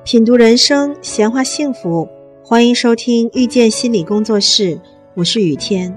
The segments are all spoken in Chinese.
品读人生，闲话幸福，欢迎收听遇见心理工作室，我是雨天。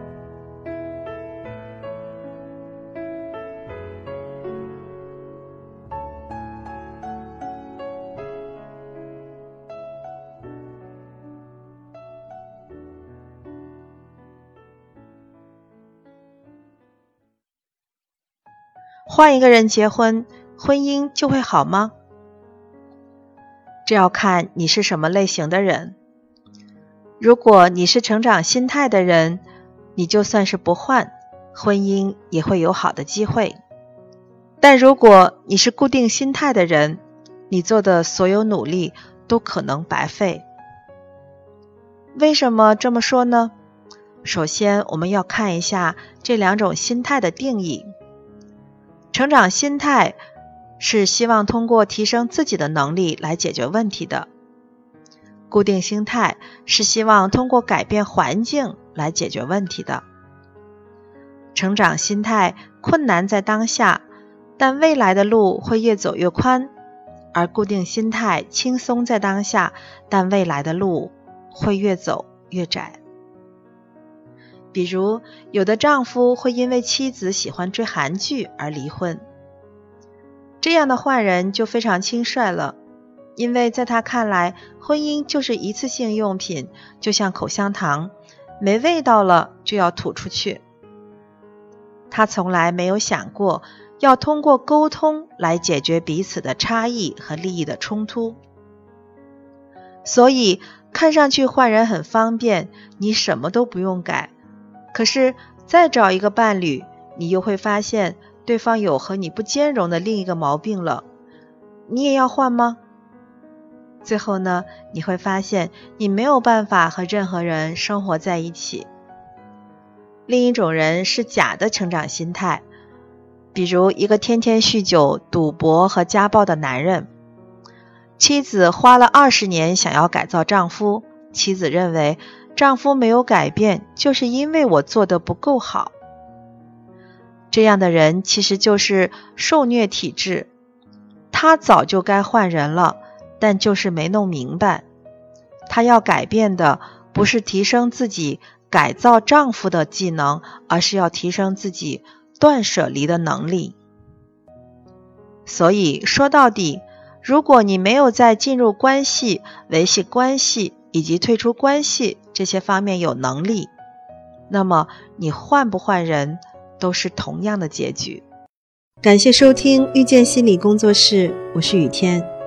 换一个人结婚，婚姻就会好吗？这要看你是什么类型的人。如果你是成长心态的人，你就算是不换，婚姻也会有好的机会。但如果你是固定心态的人，你做的所有努力都可能白费。为什么这么说呢？首先，我们要看一下这两种心态的定义。成长心态是希望通过提升自己的能力来解决问题的，固定心态是希望通过改变环境来解决问题的。成长心态困难在当下，但未来的路会越走越宽，而固定心态轻松在当下，但未来的路会越走越窄。比如，有的丈夫会因为妻子喜欢追韩剧而离婚，这样的换人就非常轻率了，因为在他看来，婚姻就是一次性用品，就像口香糖，没味道了就要吐出去。他从来没有想过要通过沟通来解决彼此的差异和利益的冲突。所以，看上去换人很方便，你什么都不用改。可是再找一个伴侣，你又会发现对方有和你不兼容的另一个毛病了，你也要换吗？最后呢，你会发现你没有办法和任何人生活在一起。另一种人是假的成长心态，比如一个天天酗酒、赌博和家暴的男人，妻子花了20年想要改造丈夫，妻子认为丈夫没有改变，就是因为我做得不够好。这样的人其实就是受虐体质，他早就该换人了，但就是没弄明白。他要改变的不是提升自己改造丈夫的技能，而是要提升自己断舍离的能力。所以说到底，如果你没有在进入关系、维系关系以及退出关系这些方面有能力，那么你换不换人都是同样的结局。感谢收听遇见心理工作室，我是雨天。